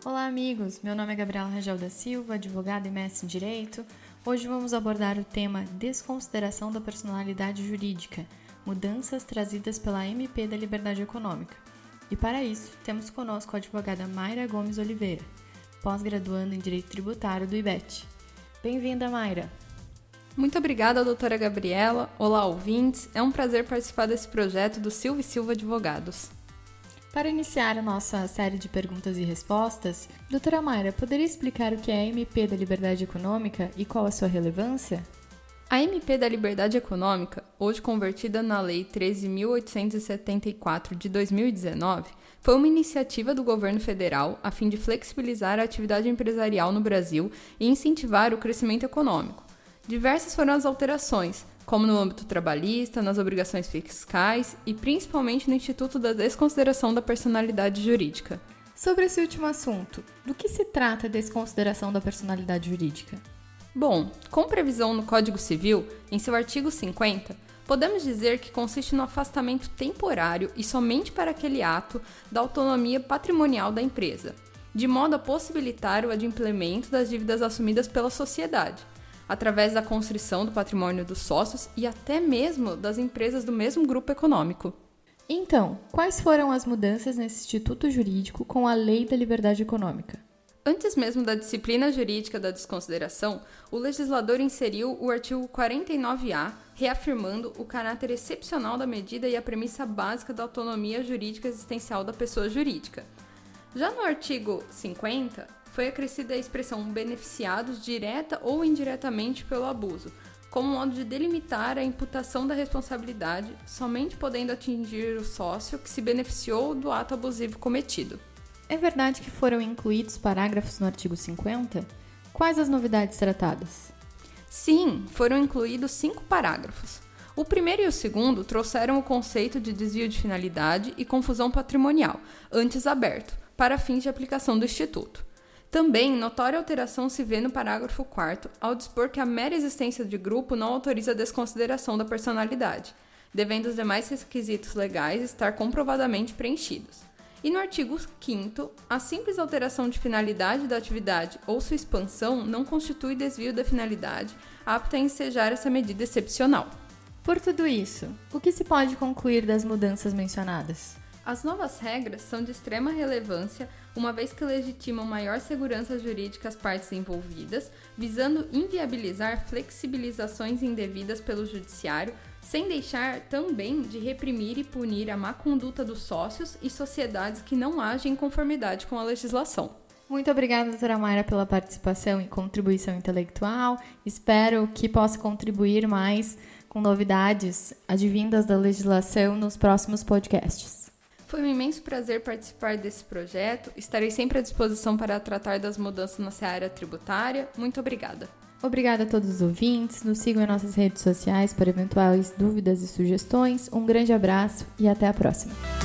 Olá amigos, meu nome é Gabriela Rangel da Silva, advogada e mestre em Direito. Hoje vamos abordar o tema Desconsideração da personalidade jurídica, mudanças trazidas pela MP da Liberdade Econômica. E para isso, temos conosco a advogada Mayra Gomes Oliveira, pós-graduanda em Direito Tributário do IBET. Bem-vinda, Mayra! Muito obrigada, doutora Gabriela. Olá, ouvintes. É um prazer participar desse projeto do Silva & Silva Advogados. Para iniciar a nossa série de perguntas e respostas, doutora Mayra, poderia explicar o que é a MP da Liberdade Econômica e qual a sua relevância? A MP da Liberdade Econômica, hoje convertida na Lei 13.874 de 2019, foi uma iniciativa do governo federal a fim de flexibilizar a atividade empresarial no Brasil e incentivar o crescimento econômico. Diversas foram as alterações, como no âmbito trabalhista, nas obrigações fiscais e principalmente no Instituto da Desconsideração da Personalidade Jurídica. Sobre esse último assunto, do que se trata a desconsideração da personalidade jurídica? Bom, com previsão no Código Civil, em seu artigo 50, podemos dizer que consiste no afastamento temporário e somente para aquele ato da autonomia patrimonial da empresa, de modo a possibilitar o adimplemento das dívidas assumidas pela sociedade, através da constrição do patrimônio dos sócios e até mesmo das empresas do mesmo grupo econômico. Então, quais foram as mudanças nesse instituto jurídico com a Lei da Liberdade Econômica? Antes mesmo da disciplina jurídica da desconsideração, o legislador inseriu o artigo 49A, reafirmando o caráter excepcional da medida e a premissa básica da autonomia jurídica existencial da pessoa jurídica. Já no artigo 50, foi acrescida a expressão beneficiados direta ou indiretamente pelo abuso, como modo de delimitar a imputação da responsabilidade, somente podendo atingir o sócio que se beneficiou do ato abusivo cometido. É verdade que foram incluídos parágrafos no artigo 50? Quais as novidades tratadas? Sim, foram incluídos 5 parágrafos. O primeiro e o segundo trouxeram o conceito de desvio de finalidade e confusão patrimonial, antes aberto, para fins de aplicação do Instituto. Também, notória alteração se vê no parágrafo 4º, ao dispor que a mera existência de grupo não autoriza a desconsideração da personalidade, devendo os demais requisitos legais estar comprovadamente preenchidos. E no artigo 5º, a simples alteração de finalidade da atividade ou sua expansão não constitui desvio da finalidade, apta a ensejar essa medida excepcional. Por tudo isso, o que se pode concluir das mudanças mencionadas? As novas regras são de extrema relevância, uma vez que legitimam maior segurança jurídica às partes envolvidas, visando inviabilizar flexibilizações indevidas pelo judiciário, sem deixar também de reprimir e punir a má conduta dos sócios e sociedades que não agem em conformidade com a legislação. Muito obrigada, doutora Mayra, pela participação e contribuição intelectual. Espero que possa contribuir mais com novidades advindas da legislação nos próximos podcasts. Foi um imenso prazer participar desse projeto. Estarei sempre à disposição para tratar das mudanças na seara tributária. Muito obrigada. Obrigada a todos os ouvintes. Nos sigam em nossas redes sociais para eventuais dúvidas e sugestões. Um grande abraço e até a próxima.